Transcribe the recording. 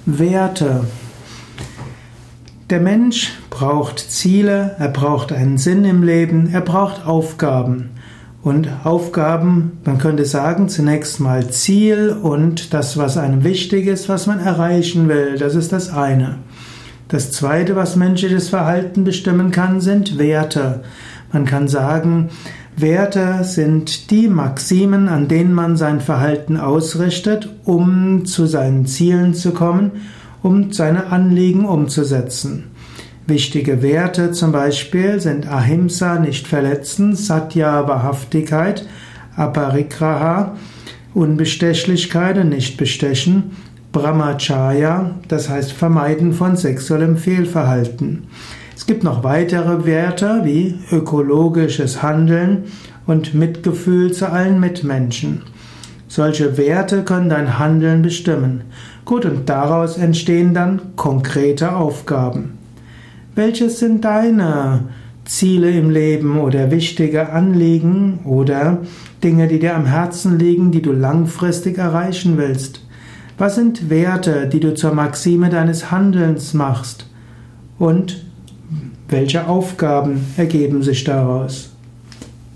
Werte. Der Mensch braucht Ziele, er braucht einen Sinn im Leben, er braucht Aufgaben. Und Aufgaben, man könnte sagen, zunächst mal Ziel und das, was einem wichtig ist, was man erreichen will, das ist das eine. Das zweite, was menschliches Verhalten bestimmen kann, sind Werte. Man kann sagen, Werte sind die Maximen, an denen man sein Verhalten ausrichtet, um zu seinen Zielen zu kommen, um seine Anliegen umzusetzen. Wichtige Werte zum Beispiel sind Ahimsa, nicht verletzen, Satya, Wahrhaftigkeit, Aparigraha, Unbestechlichkeit und nicht bestechen, Brahmacharya, das heißt Vermeiden von sexuellem Fehlverhalten. Es gibt noch weitere Werte wie ökologisches Handeln und Mitgefühl zu allen Mitmenschen. Solche Werte können dein Handeln bestimmen. Gut, und daraus entstehen dann konkrete Aufgaben. Welches sind deine Ziele im Leben oder wichtige Anliegen oder Dinge, die dir am Herzen liegen, die du langfristig erreichen willst? Was sind Werte, die du zur Maxime deines Handelns machst? Und welche Aufgaben ergeben sich daraus?